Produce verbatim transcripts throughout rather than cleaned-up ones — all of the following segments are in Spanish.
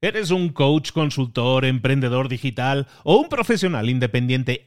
¿Eres un coach, consultor, emprendedor digital o un profesional independiente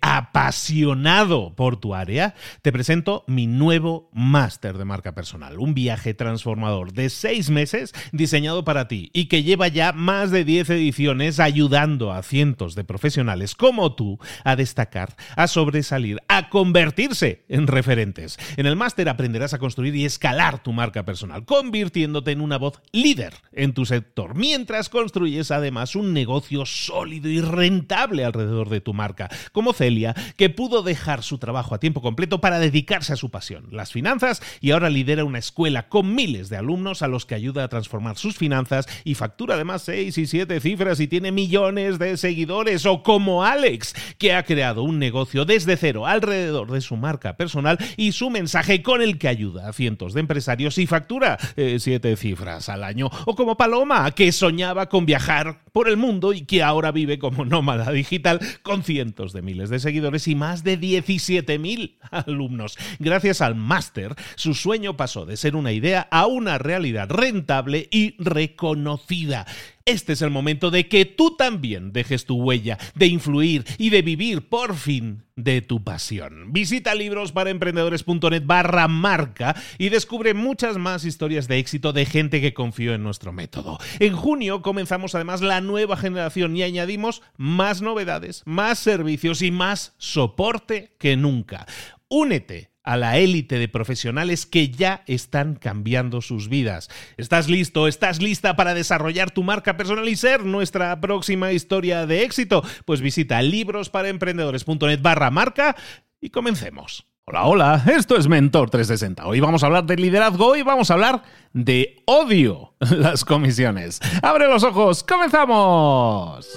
apasionado por tu área? Te presento mi nuevo máster de marca personal, un viaje transformador de seis meses diseñado para ti y que lleva ya más de diez ediciones ayudando a cientos de profesionales como tú a destacar, a sobresalir, a convertirse en referentes. En el máster aprenderás a construir y escalar tu marca personal, convirtiéndote en una voz líder en tu sector, mientras construyes además un negocio sólido y rentable alrededor de tu marca, como Celia, que pudo dejar su trabajo a tiempo completo para dedicarse a su pasión, las finanzas, y ahora lidera una escuela con miles de alumnos a los que ayuda a transformar sus finanzas y factura además seis y siete cifras y tiene millones de seguidores. O como Alex, que ha creado un negocio desde cero alrededor de su marca personal y su mensaje, con el que ayuda a cientos de empresarios y factura eh, siete cifras al año. O como Paloma, que soñaba con viajar por el mundo y que ahora vive como nómada digital con cientos de miles de seguidores y más de diecisiete mil alumnos. Gracias al máster, su sueño pasó de ser una idea a una realidad rentable y reconocida. Este es el momento de que tú también dejes tu huella, de influir y de vivir por fin de tu pasión. Visita librosparaemprendedores.net barra marca y descubre muchas más historias de éxito de gente que confió en nuestro método. En junio comenzamos además la nueva generación y añadimos más novedades, más servicios y más soporte que nunca. Únete a la élite de profesionales que ya están cambiando sus vidas. ¿Estás listo? ¿Estás lista para desarrollar tu marca personal y ser nuestra próxima historia de éxito? Pues visita librosparaemprendedores.net barra marca y comencemos. Hola, hola, esto es Mentor trescientos sesenta. Hoy vamos a hablar de liderazgo y vamos a hablar de odio las comisiones. ¡Abre los ojos! ¡Comenzamos!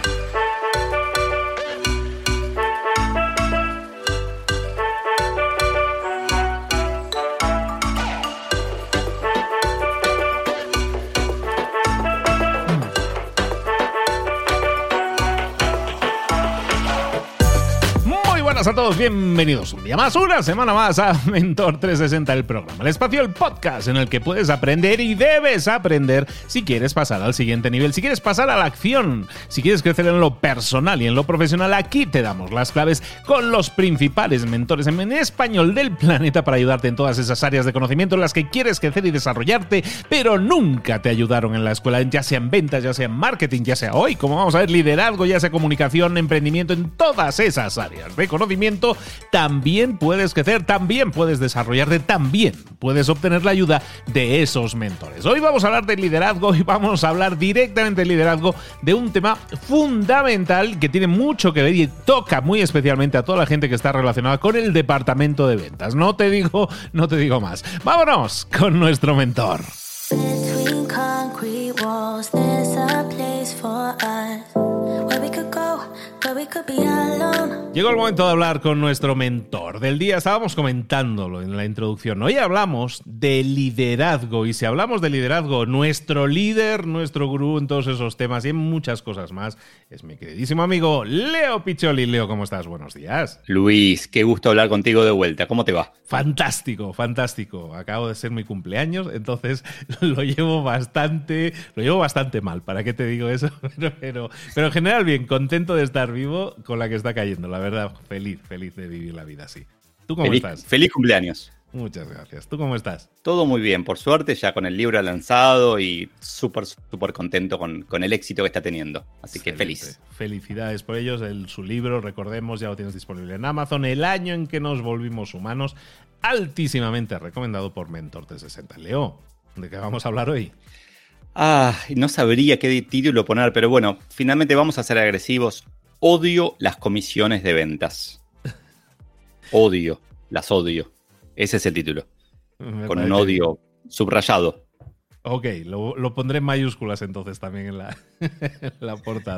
A todos, bienvenidos un día más, una semana más a Mentor trescientos sesenta, el programa, el espacio, el podcast en el que puedes aprender y debes aprender si quieres pasar al siguiente nivel, si quieres pasar a la acción, si quieres crecer en lo personal y en lo profesional. Aquí te damos las claves con los principales mentores en español del planeta para ayudarte en todas esas áreas de conocimiento en las que quieres crecer y desarrollarte, pero nunca te ayudaron en la escuela, ya sea en ventas, ya sea en marketing, ya sea hoy, como vamos a ver, liderazgo, ya sea comunicación, emprendimiento, en todas esas áreas de conocimiento. También puedes crecer, también puedes desarrollarte, también puedes obtener la ayuda de esos mentores. Hoy vamos a hablar de liderazgo y vamos a hablar directamente de liderazgo, de un tema fundamental que tiene mucho que ver y toca muy especialmente a toda la gente que está relacionada con el departamento de ventas. No te digo, no te digo más. Vámonos con nuestro mentor. Between concrete walls, there's a place for us where we could go, where we could be alone. Llegó el momento de hablar con nuestro mentor del día. Estábamos comentándolo en la introducción. Hoy hablamos de liderazgo y si hablamos de liderazgo, nuestro líder, nuestro gurú en todos esos temas y en muchas cosas más es mi queridísimo amigo Leo Piccioli. Leo, ¿cómo estás? Buenos días. Luis, qué gusto hablar contigo de vuelta. ¿Cómo te va? Fantástico, fantástico. Acabo de ser mi cumpleaños, entonces lo llevo bastante, lo llevo bastante mal. ¿Para qué te digo eso? Pero, pero, pero en general bien, contento de estar vivo con la que está cayendo. La verdad, feliz, feliz de vivir la vida así. ¿Tú cómo feliz, estás? Feliz cumpleaños. Muchas gracias. ¿Tú cómo estás? Todo muy bien, por suerte, ya con el libro lanzado y súper, súper contento con, con el éxito que está teniendo. Así Excelente. Que feliz. Felicidades por ellos. El, su libro, recordemos, ya lo tienes disponible en Amazon. El año en que nos volvimos humanos, altísimamente recomendado por Mentor trescientos sesenta. Leo, ¿de qué vamos a hablar hoy? Ah, no sabría qué título poner, pero bueno, finalmente vamos a ser agresivos. Odio las comisiones de ventas. Odio, las odio. Ese es el título. Me con un odio bien. Subrayado. Ok, lo, lo pondré en mayúsculas entonces también en la, en la portada.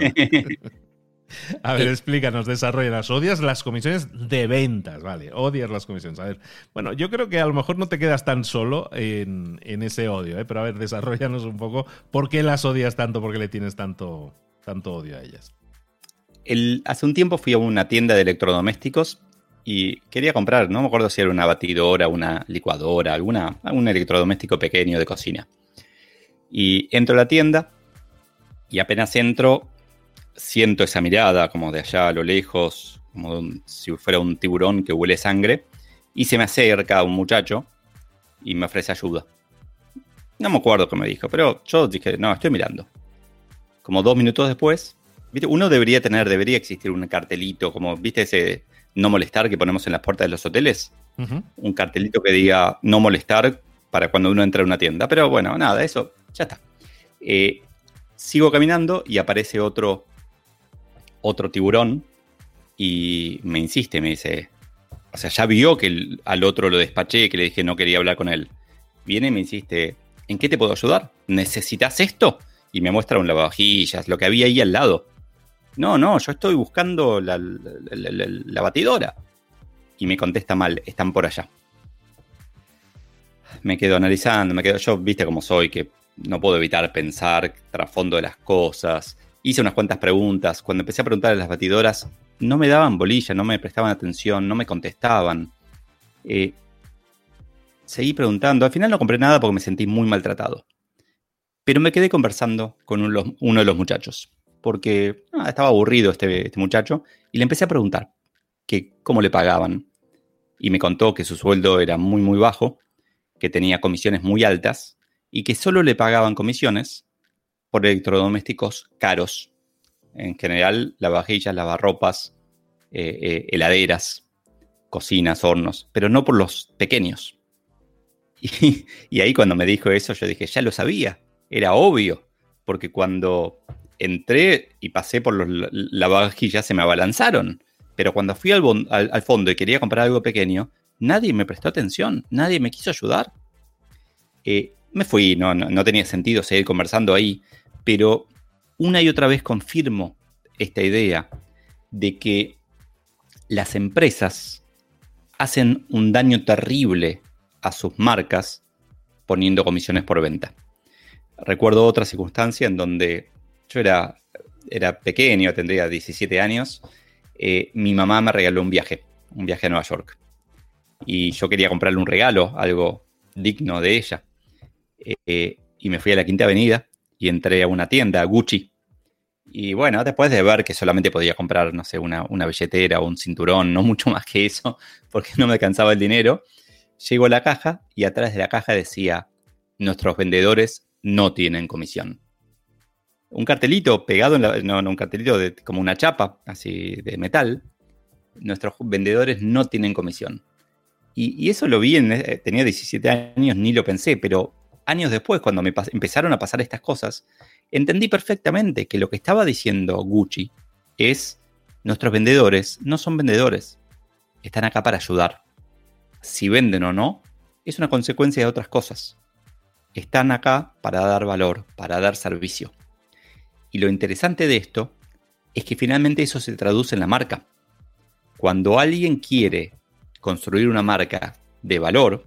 A ver, explícanos, desarrollalas. Odias las comisiones de ventas, vale. Odias las comisiones. A ver, bueno, yo creo que a lo mejor no te quedas tan solo en, en ese odio, ¿eh? Pero a ver, desarrollanos un poco. ¿Por qué las odias tanto? ¿Por qué le tienes tanto, tanto odio a ellas? El, hace un tiempo fui a una tienda de electrodomésticos y quería comprar, no me acuerdo si era una batidora, una licuadora, alguna, algún electrodoméstico pequeño de cocina. Y entro a la tienda Y apenas entro, siento esa mirada como de allá a lo lejos, como de un, si fuera un tiburón que huele sangre, y se me acerca un muchacho y me ofrece ayuda. No me acuerdo qué me dijo, pero yo dije, no, estoy mirando. Como dos minutos después, ¿viste? Uno debería tener, debería existir un cartelito, como, ¿viste ese no molestar que ponemos en las puertas de los hoteles? Uh-huh. Un cartelito que diga no molestar para cuando uno entra a una tienda. Pero bueno, nada, eso ya está. Eh, sigo caminando y aparece otro, otro tiburón y me insiste, me dice, o sea, ya vio que el, al otro lo despaché, que le dije no quería hablar con él. Viene y me insiste, ¿en qué te puedo ayudar? ¿Necesitas esto? Y me muestra un lavavajillas, lo que había ahí al lado. No, no, yo estoy buscando la, la, la, la, la batidora. Y me contesta mal, están por allá. Me quedo analizando, me quedo, yo viste cómo soy, que no puedo evitar pensar trasfondo de las cosas. Hice unas cuantas preguntas. Cuando empecé a preguntar a las batidoras, no me daban bolilla, no me prestaban atención, no me contestaban. Eh, seguí preguntando. Al final no compré nada porque me sentí muy maltratado. Pero me quedé conversando con uno, uno de los muchachos. Porque ah, estaba aburrido este, este muchacho. Y le empecé a preguntar que cómo le pagaban. Y me contó que su sueldo era muy, muy bajo. Que tenía comisiones muy altas. Y que solo le pagaban comisiones por electrodomésticos caros. En general, lavavajillas, lavarropas, eh, eh, heladeras, cocinas, hornos. Pero no por los pequeños. Y, y ahí cuando me dijo eso, yo dije, ya lo sabía. Era obvio. Porque cuando entré y pasé por los lavavajillas, se me abalanzaron. Pero cuando fui al, bon, al, al fondo y quería comprar algo pequeño, nadie me prestó atención. Nadie me quiso ayudar. Eh, me fui, no, no, no tenía sentido seguir conversando ahí. Pero una y otra vez confirmo esta idea de que las empresas hacen un daño terrible a sus marcas poniendo comisiones por venta. Recuerdo otra circunstancia en donde yo era, era pequeño, tendría diecisiete años. Eh, mi mamá me regaló un viaje, un viaje a Nueva York. Y yo quería comprarle un regalo, algo digno de ella. Eh, y me fui a la Quinta Avenida y entré a una tienda, Gucci. Y bueno, después de ver que solamente podía comprar, no sé, una, una billetera o un cinturón, no mucho más que eso, porque no me alcanzaba el dinero, llego a la caja y atrás de la caja decía, nuestros vendedores no tienen comisión. Un cartelito pegado, en la, no, no, un cartelito de, como una chapa, así de metal. Nuestros vendedores no tienen comisión. Y, y eso lo vi, en, eh, tenía diecisiete años, ni lo pensé, pero años después, cuando me pas- empezaron a pasar estas cosas, entendí perfectamente que lo que estaba diciendo Gucci es, nuestros vendedores no son vendedores, están acá para ayudar. Si venden o no, es una consecuencia de otras cosas. Están acá para dar valor, para dar servicio. Y lo interesante de esto es que finalmente eso se traduce en la marca. Cuando alguien quiere construir una marca de valor,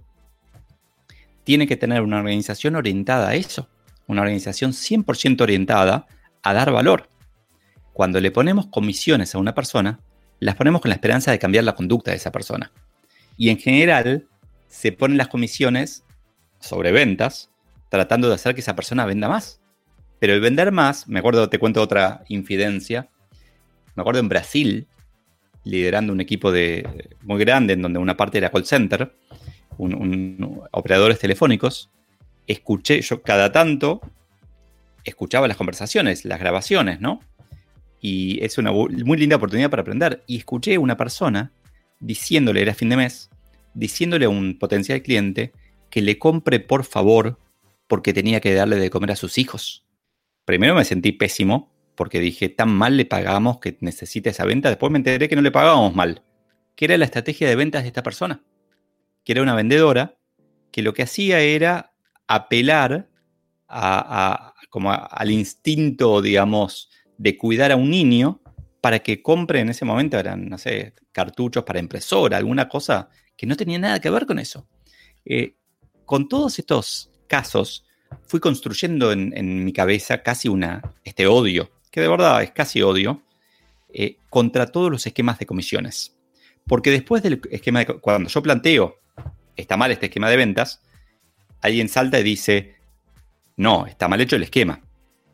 tiene que tener una organización orientada a eso. Una organización cien por ciento orientada a dar valor. Cuando le ponemos comisiones a una persona, las ponemos con la esperanza de cambiar la conducta de esa persona. Y en general, se ponen las comisiones sobre ventas, tratando de hacer que esa persona venda más. Pero el vender más, me acuerdo, te cuento otra infidencia, me acuerdo en Brasil, liderando un equipo de, muy grande, en donde una parte era call center, un, un, operadores telefónicos, escuché, yo cada tanto, escuchaba las conversaciones, las grabaciones, ¿no? Y es una muy linda oportunidad para aprender. Y escuché a una persona diciéndole, era fin de mes, diciéndole a un potencial cliente que le compre por favor porque tenía que darle de comer a sus hijos. Primero me sentí pésimo porque dije, tan mal le pagamos que necesita esa venta. Después me enteré que no le pagábamos mal, que era la estrategia de ventas de esta persona, que era una vendedora que lo que hacía era apelar a, a, como a, al instinto, digamos, de cuidar a un niño para que compre en ese momento, eran, no sé, cartuchos para impresora, alguna cosa que no tenía nada que ver con eso. Eh, con todos estos casos, fui construyendo en, en mi cabeza casi una, este odio, que de verdad es casi odio, eh, contra todos los esquemas de comisiones. Porque después del esquema de, cuando yo planteo, está mal este esquema de ventas, alguien salta y dice, no, está mal hecho el esquema.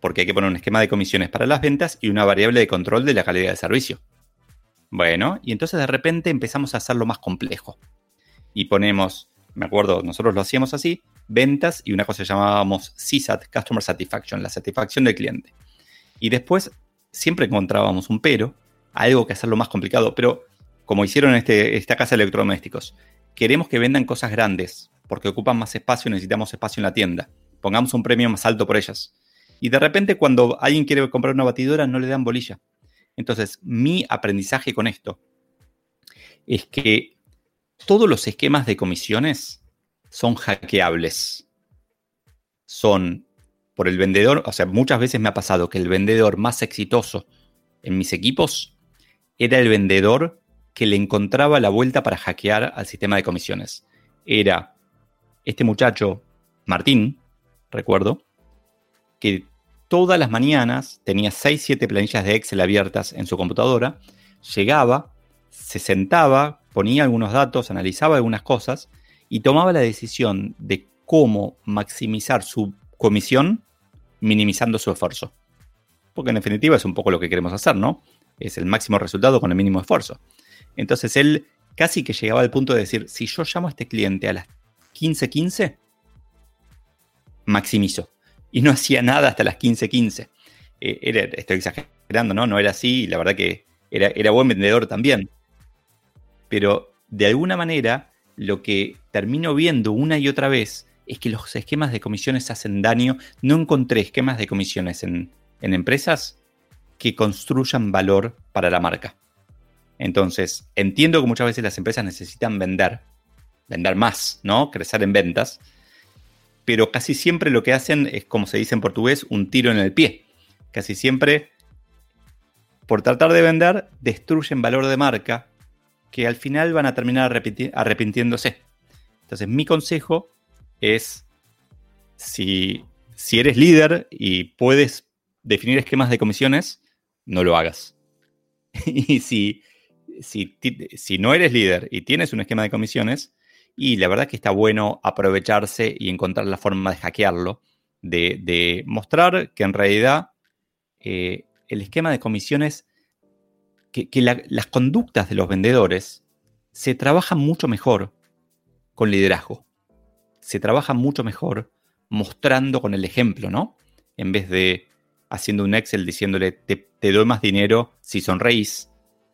porque hay que poner un esquema de comisiones para las ventas y una variable de control de la calidad del servicio. Bueno, y entonces de repente empezamos a hacerlo más complejo. Y ponemos, me acuerdo, nosotros lo hacíamos así, ventas y una cosa que llamábamos C SAT, Customer Satisfaction, la satisfacción del cliente. Y después siempre encontrábamos un pero, algo que hacerlo más complicado, pero como hicieron en este, esta casa de electrodomésticos, queremos que vendan cosas grandes, porque ocupan más espacio y necesitamos espacio en la tienda. Pongamos un premio más alto por ellas. Y de repente cuando alguien quiere comprar una batidora no le dan bolilla. Entonces, mi aprendizaje con esto es que todos los esquemas de comisiones son hackeables. Son por el vendedor, o sea, muchas veces me ha pasado que el vendedor más exitoso en mis equipos era el vendedor que le encontraba la vuelta para hackear al sistema de comisiones. Era este muchacho, Martín, recuerdo, que todas las mañanas tenía seis siete planillas de Excel abiertas en su computadora, llegaba, se sentaba, ponía algunos datos, analizaba algunas cosas y tomaba la decisión de cómo maximizar su comisión minimizando su esfuerzo. Porque en definitiva es un poco lo que queremos hacer, ¿no? Es el máximo resultado con el mínimo esfuerzo. Entonces él casi que llegaba al punto de decir, si yo llamo a este cliente a las quince quince, maximizo. Y no hacía nada hasta las quince quince. Eh, era, estoy exagerando, ¿no? No era así. La verdad que era, era buen vendedor también. Pero de alguna manera, lo que termino viendo una y otra vez es que los esquemas de comisiones hacen daño. No encontré esquemas de comisiones en, en empresas que construyan valor para la marca. Entonces, entiendo que muchas veces las empresas necesitan vender, vender más, ¿no? Crecer en ventas. Pero casi siempre lo que hacen es, como se dice en portugués, un tiro en el pie. Casi siempre, por tratar de vender, destruyen valor de marca que al final van a terminar arrepinti- arrepintiéndose. Entonces, mi consejo es, si, si eres líder y puedes definir esquemas de comisiones, no lo hagas. Y si, si, si no eres líder y tienes un esquema de comisiones, y la verdad que está bueno aprovecharse y encontrar la forma de hackearlo, de, de mostrar que en realidad eh, el esquema de comisiones, que, que la, las conductas de los vendedores se trabajan mucho mejor con liderazgo. Se trabajan mucho mejor mostrando con el ejemplo, ¿no? En vez de haciendo un Excel diciéndole te, te doy más dinero si sonreís.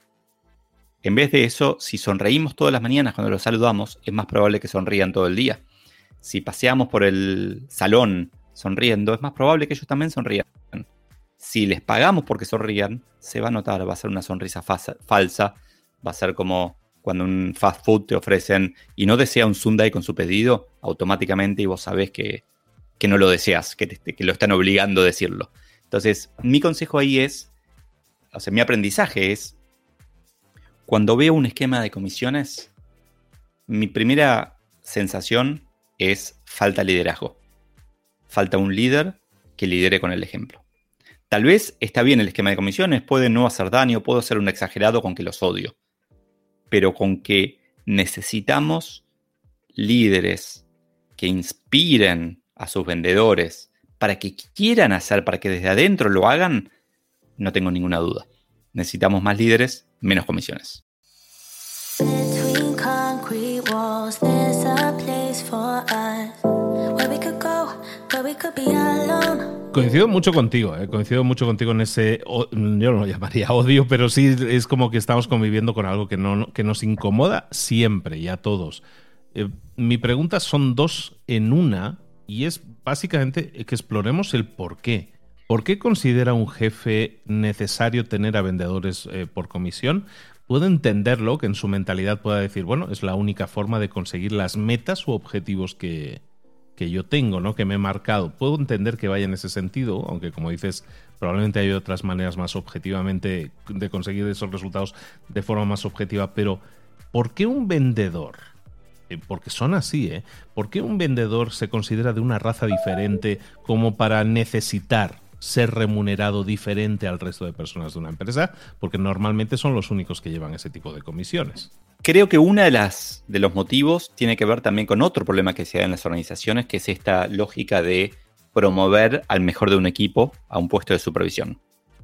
En vez de eso, si sonreímos todas las mañanas cuando los saludamos, es más probable que sonrían todo el día. Si paseamos por el salón sonriendo, es más probable que ellos también sonrían. Si les pagamos porque sonrían, se va a notar, va a ser una sonrisa fa- falsa, va a ser como cuando un fast food te ofrecen y no desea un sundae con su pedido, automáticamente y vos sabés que, que no lo deseas, que, te, que lo están obligando a decirlo. Entonces, mi consejo ahí es, o sea, mi aprendizaje es, cuando veo un esquema de comisiones, mi primera sensación es falta liderazgo. Falta un líder que lidere con el ejemplo. Tal vez está bien el esquema de comisiones, puede no hacer daño, puedo ser un exagerado con que los odio. Pero con que necesitamos líderes que inspiren a sus vendedores para que quieran hacer, para que desde adentro lo hagan, no tengo ninguna duda. Necesitamos más líderes, menos comisiones. Between concrete walls, there's a place for us where we could go, where we could be alone. Coincido mucho contigo, ¿eh? coincido mucho contigo en ese, yo no lo llamaría odio, pero sí es como que estamos conviviendo con algo que, no, que nos incomoda siempre y a todos. Eh, mi pregunta son dos en una y es básicamente que exploremos el por qué. ¿Por qué considera un jefe necesario tener a vendedores eh, por comisión? Puedo entenderlo, que en su mentalidad pueda decir, bueno, es la única forma de conseguir las metas u objetivos que, que yo tengo, ¿no? Que me he marcado. Puedo entender que vaya en ese sentido, aunque como dices, probablemente hay otras maneras más objetivamente de conseguir esos resultados de forma más objetiva, pero ¿por qué un vendedor? Eh, porque son así, ¿eh? ¿Por qué un vendedor se considera de una raza diferente como para necesitar ser remunerado diferente al resto de personas de una empresa? Porque normalmente son los únicos que llevan ese tipo de comisiones. Creo que uno de, las, de los motivos tiene que ver también con otro problema que se da en las organizaciones, que es esta lógica de promover al mejor de un equipo a un puesto de supervisión.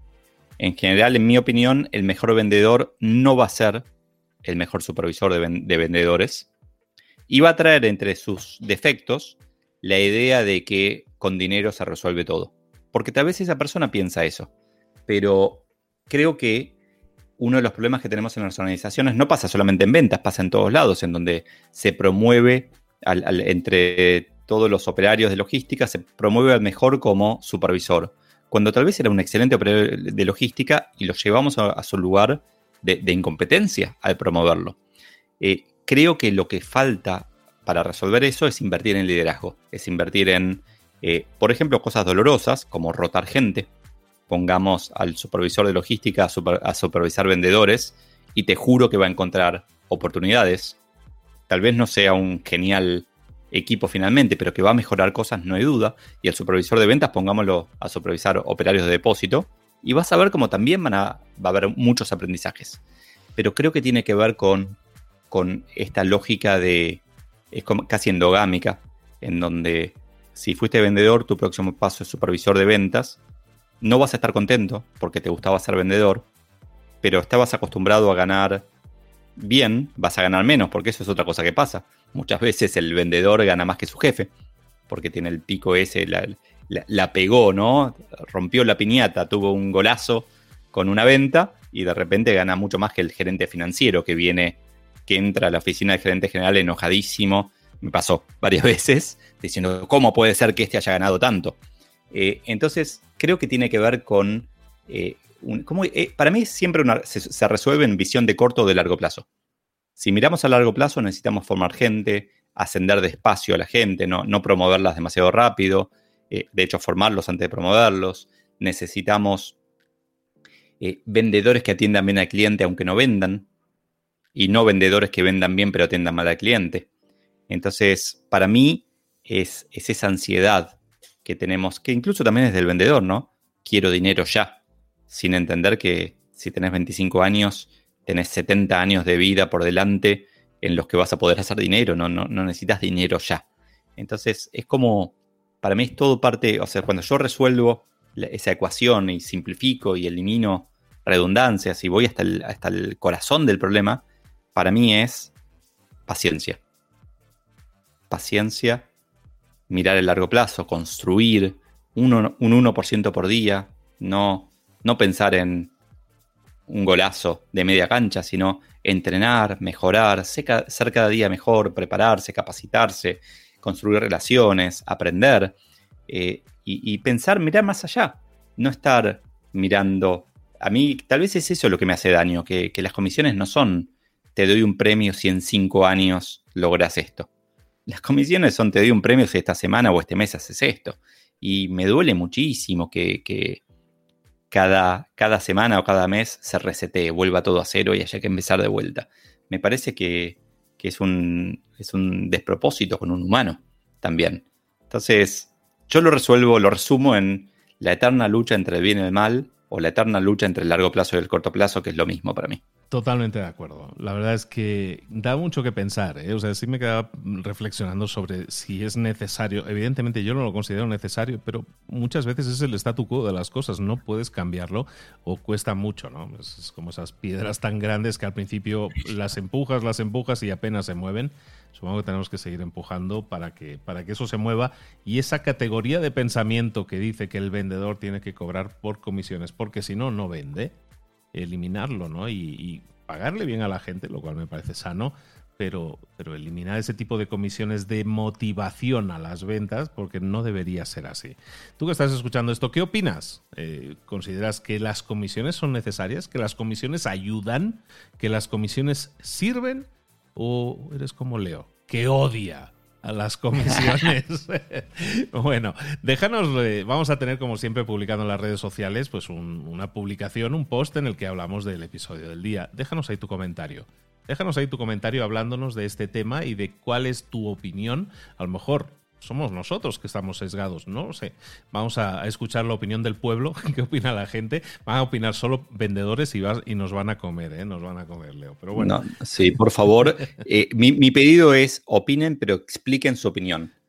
En general, en mi opinión, el mejor vendedor no va a ser el mejor supervisor de, ven- de vendedores y va a traer entre sus defectos la idea de que con dinero se resuelve todo. Porque tal vez esa persona piensa eso, pero creo que uno de los problemas que tenemos en las organizaciones no pasa solamente en ventas, pasa en todos lados, en donde se promueve al, al, entre todos los operarios de logística, se promueve al mejor como supervisor, cuando tal vez era un excelente operario de logística y lo llevamos a, a su lugar de, de incompetencia al promoverlo. Eh, creo que lo que falta para resolver eso es invertir en liderazgo, es invertir en, eh, por ejemplo, cosas dolorosas como rotar gente. Pongamos al supervisor de logística a, super, a supervisar vendedores y te juro que va a encontrar oportunidades. Tal vez no sea un genial equipo finalmente, pero que va a mejorar cosas, no hay duda. Y al supervisor de ventas, pongámoslo a supervisar operarios de depósito y vas a ver cómo también van a, va a haber muchos aprendizajes. Pero creo que tiene que ver con, con esta lógica de, es como casi endogámica, en donde si fuiste vendedor, tu próximo paso es supervisor de ventas. No vas a estar contento porque te gustaba ser vendedor, pero estabas acostumbrado a ganar bien, vas a ganar menos, porque eso es otra cosa que pasa. Muchas veces el vendedor gana más que su jefe, porque tiene el pico ese, la, la, la pegó, ¿no? Rompió la piñata, tuvo un golazo con una venta y de repente gana mucho más que el gerente financiero que viene, que entra a la oficina del gerente general enojadísimo. Me pasó varias veces diciendo, ¿cómo puede ser que este haya ganado tanto? Eh, entonces, creo que tiene que ver con... Eh, un, como, eh, para mí siempre una, se, se resuelve en visión de corto o de largo plazo. Si miramos a largo plazo, necesitamos formar gente, ascender despacio a la gente, no, no promoverlas demasiado rápido. Eh, de hecho, formarlos antes de promoverlos. Necesitamos eh, vendedores que atiendan bien al cliente aunque no vendan. Y no vendedores que vendan bien pero atiendan mal al cliente. Entonces, para mí, es, es esa ansiedad que tenemos, que incluso también es del vendedor, ¿no? Quiero dinero ya, sin entender que si tenés veinticinco años, tenés setenta años de vida por delante en los que vas a poder hacer dinero, no, no, no necesitas dinero ya. Entonces, es como, para mí es todo parte, o sea, cuando yo resuelvo la, esa ecuación y simplifico y elimino redundancias y voy hasta el, hasta el corazón del problema, para mí es paciencia. Paciencia. Mirar el largo plazo, construir uno, un uno por ciento por día, no, no pensar en un golazo de media cancha, sino entrenar, mejorar, ser cada día mejor, prepararse, capacitarse, construir relaciones, aprender eh, y, y pensar, mirar más allá, no estar mirando. A mí tal vez es eso lo que me hace daño, que, que las comisiones no son te doy un premio si en cinco años logras esto. Las comisiones son te doy un premio si esta semana o este mes haces esto. Y me duele muchísimo que, que cada, cada semana o cada mes se resetee, vuelva todo a cero y haya que empezar de vuelta. Me parece que, que es, un, es un despropósito con un humano también. Entonces, yo lo resuelvo, lo resumo en la eterna lucha entre el bien y el mal o la eterna lucha entre el largo plazo y el corto plazo, que es lo mismo para mí. Totalmente de acuerdo. La verdad es que da mucho que pensar, ¿eh? O sea, sí me quedaba reflexionando sobre si es necesario. Evidentemente yo no lo considero necesario, pero muchas veces es el statu quo de las cosas. No puedes cambiarlo o cuesta mucho, ¿no? Es, es como esas piedras tan grandes que al principio las empujas, las empujas y apenas se mueven. Supongo que tenemos que seguir empujando para que, para que eso se mueva. Y esa categoría de pensamiento que dice que el vendedor tiene que cobrar por comisiones, porque si no, no vende, eliminarlo, ¿no? Y, y pagarle bien a la gente, lo cual me parece sano, pero, pero eliminar ese tipo de comisiones de motivación a las ventas, porque no debería ser así. Tú que estás escuchando esto, ¿qué opinas? Eh, ¿Consideras que las comisiones son necesarias? ¿Que las comisiones ayudan? ¿Que las comisiones sirven? ¿O eres como Leo, que odia a las comisiones? Bueno, déjanos, eh, vamos a tener como siempre publicado en las redes sociales pues un, una publicación, un post en el que hablamos del episodio del día. Déjanos ahí tu comentario. Déjanos ahí tu comentario hablándonos de este tema y de cuál es tu opinión. A lo mejor somos nosotros que estamos sesgados, no lo sé. Vamos a escuchar la opinión del pueblo, qué opina la gente. Van a opinar solo vendedores y, vas, y nos van a comer, ¿eh? Nos van a comer, Leo. Pero bueno. No, sí, por favor. eh, mi, mi pedido es opinen, pero expliquen su opinión.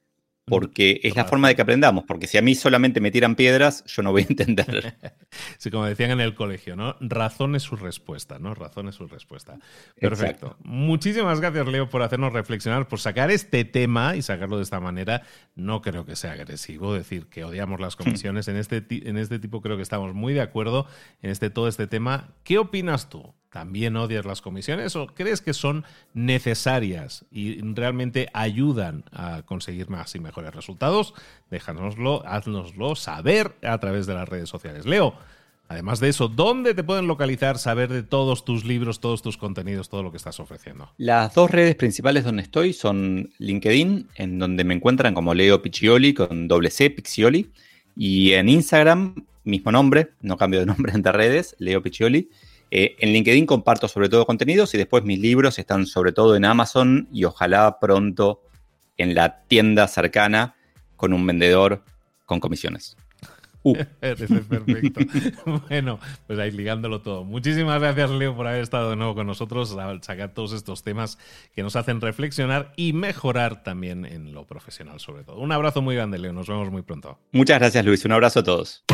porque es la forma de que aprendamos, porque si a mí solamente me tiran piedras, yo no voy a entender. Sí, como decían en el colegio, ¿no? Razón es su respuesta, ¿no? Razón es su respuesta. Perfecto. Exacto. Muchísimas gracias, Leo, por hacernos reflexionar, por sacar este tema y sacarlo de esta manera. No creo que sea agresivo decir que odiamos las comisiones. En este, en este tipo creo que estamos muy de acuerdo en este, todo este tema. ¿Qué opinas tú? ¿También odias las comisiones o crees que son necesarias y realmente ayudan a conseguir más y mejores resultados? Déjanoslo, haznoslo saber a través de las redes sociales. Leo, además de eso, ¿dónde te pueden localizar, saber de todos tus libros, todos tus contenidos, todo lo que estás ofreciendo? Las dos redes principales donde estoy son LinkedIn, en donde me encuentran como Leo Piccioli, con doble C, Piccioli, y en Instagram, mismo nombre, no cambio de nombre entre redes, Leo Piccioli. Eh, en LinkedIn comparto sobre todo contenidos y después mis libros están sobre todo en Amazon y ojalá pronto en la tienda cercana con un vendedor con comisiones. Uh. Perfecto. Bueno, pues ahí ligándolo todo. Muchísimas gracias, Leo, por haber estado de nuevo con nosotros, a sacar todos estos temas que nos hacen reflexionar y mejorar también en lo profesional sobre todo. Un abrazo muy grande, Leo. Nos vemos muy pronto. Muchas gracias, Luis. Un abrazo a todos.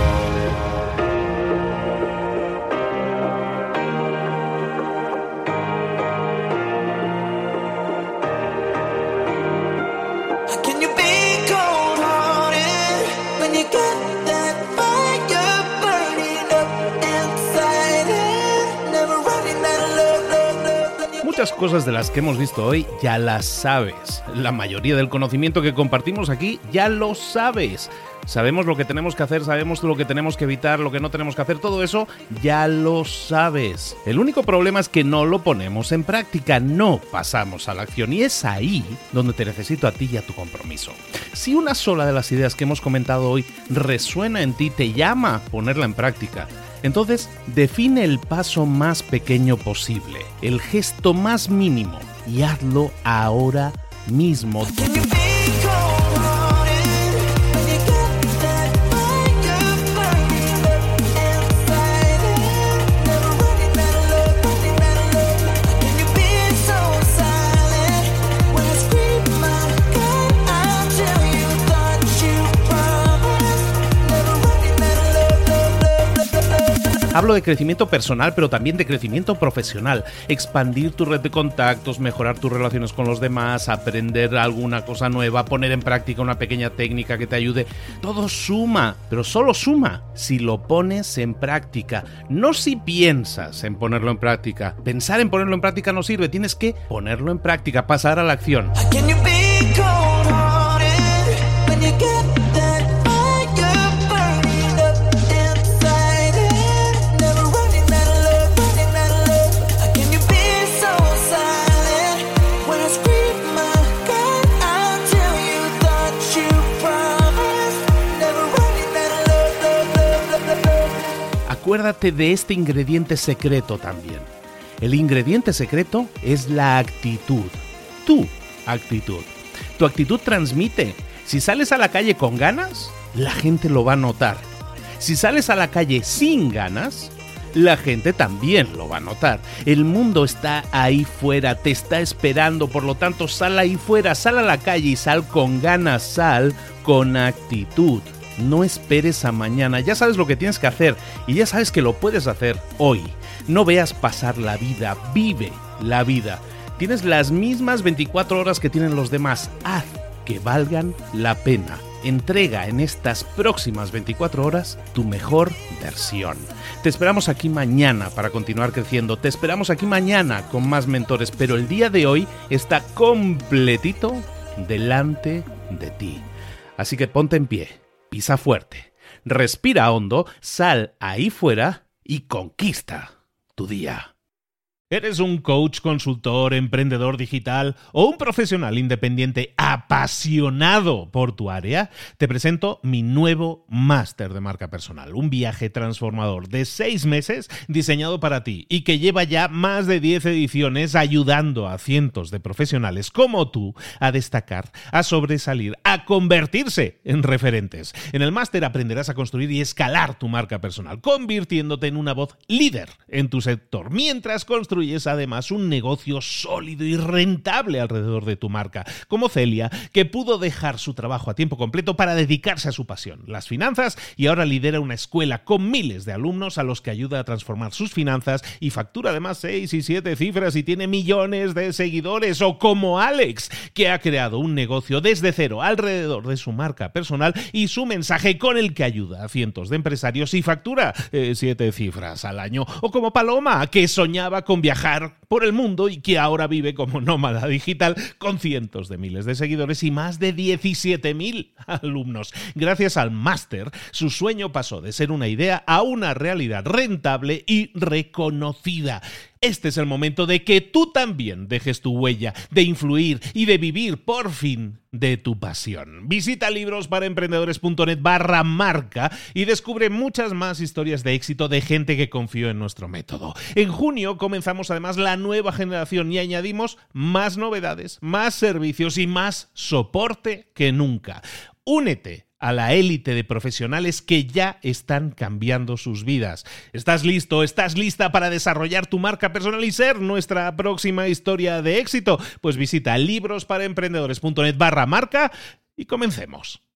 Muchas cosas de las que hemos visto hoy ya las sabes. La mayoría del conocimiento que compartimos aquí ya lo sabes. Sabemos lo que tenemos que hacer, sabemos lo que tenemos que evitar, lo que no tenemos que hacer, todo eso ya lo sabes. El único problema es que no lo ponemos en práctica, no pasamos a la acción y es ahí donde te necesito a ti y a tu compromiso. Si una sola de las ideas que hemos comentado hoy resuena en ti, te llama a ponerla en práctica, entonces define el paso más pequeño posible, el gesto más mínimo y hazlo ahora mismo. Hablo de crecimiento personal, pero también de crecimiento profesional. Expandir tu red de contactos, mejorar tus relaciones con los demás, aprender alguna cosa nueva, poner en práctica una pequeña técnica que te ayude. Todo suma, pero solo suma si lo pones en práctica. No si piensas en ponerlo en práctica. Pensar en ponerlo en práctica no sirve. Tienes que ponerlo en práctica, pasar a la acción. Acuérdate de este ingrediente secreto también. El ingrediente secreto es la actitud. Tu actitud. Tu actitud transmite. Si sales a la calle con ganas, la gente lo va a notar. Si sales a la calle sin ganas, la gente también lo va a notar. El mundo está ahí fuera, te está esperando, por lo tanto sal ahí fuera, sal a la calle y sal con ganas, sal con actitud. No esperes a mañana, ya sabes lo que tienes que hacer y ya sabes que lo puedes hacer hoy. No veas pasar la vida, vive la vida. Tienes las mismas veinticuatro horas que tienen los demás, haz que valgan la pena. Entrega en estas próximas veinticuatro horas tu mejor versión. Te esperamos aquí mañana para continuar creciendo, te esperamos aquí mañana con más mentores, pero el día de hoy está completito delante de ti. Así que ponte en pie. Pisa fuerte, respira hondo, sal ahí fuera y conquista tu día. ¿Eres un coach, consultor, emprendedor digital o un profesional independiente apasionado por tu área? Te presento mi nuevo máster de marca personal, un viaje transformador de seis meses diseñado para ti y que lleva ya más de diez ediciones ayudando a cientos de profesionales como tú a destacar, a sobresalir, a convertirse en referentes. En el máster aprenderás a construir y escalar tu marca personal, convirtiéndote en una voz líder en tu sector, mientras construyes construyes además un negocio sólido y rentable alrededor de tu marca, como Celia, que pudo dejar su trabajo a tiempo completo para dedicarse a su pasión, las finanzas, y ahora lidera una escuela con miles de alumnos a los que ayuda a transformar sus finanzas y factura además seis y siete cifras y tiene millones de seguidores. O como Alex, que ha creado un negocio desde cero alrededor de su marca personal y su mensaje, con el que ayuda a cientos de empresarios y factura eh, siete cifras al año. O como Paloma, que soñaba con viajar por el mundo y que ahora vive como nómada digital con cientos de miles de seguidores y más de diecisiete mil alumnos. Gracias al máster, su sueño pasó de ser una idea a una realidad rentable y reconocida. Este es el momento de que tú también dejes tu huella, de influir y de vivir por fin de tu pasión. Visita librosparaemprendedores.net barra marca y descubre muchas más historias de éxito de gente que confió en nuestro método. En junio comenzamos además la nueva generación y añadimos más novedades, más servicios y más soporte que nunca. Únete a la élite de profesionales que ya están cambiando sus vidas. ¿Estás listo? ¿Estás lista para desarrollar tu marca personal y ser nuestra próxima historia de éxito? Pues visita librosparaemprendedores.net barra marca y comencemos.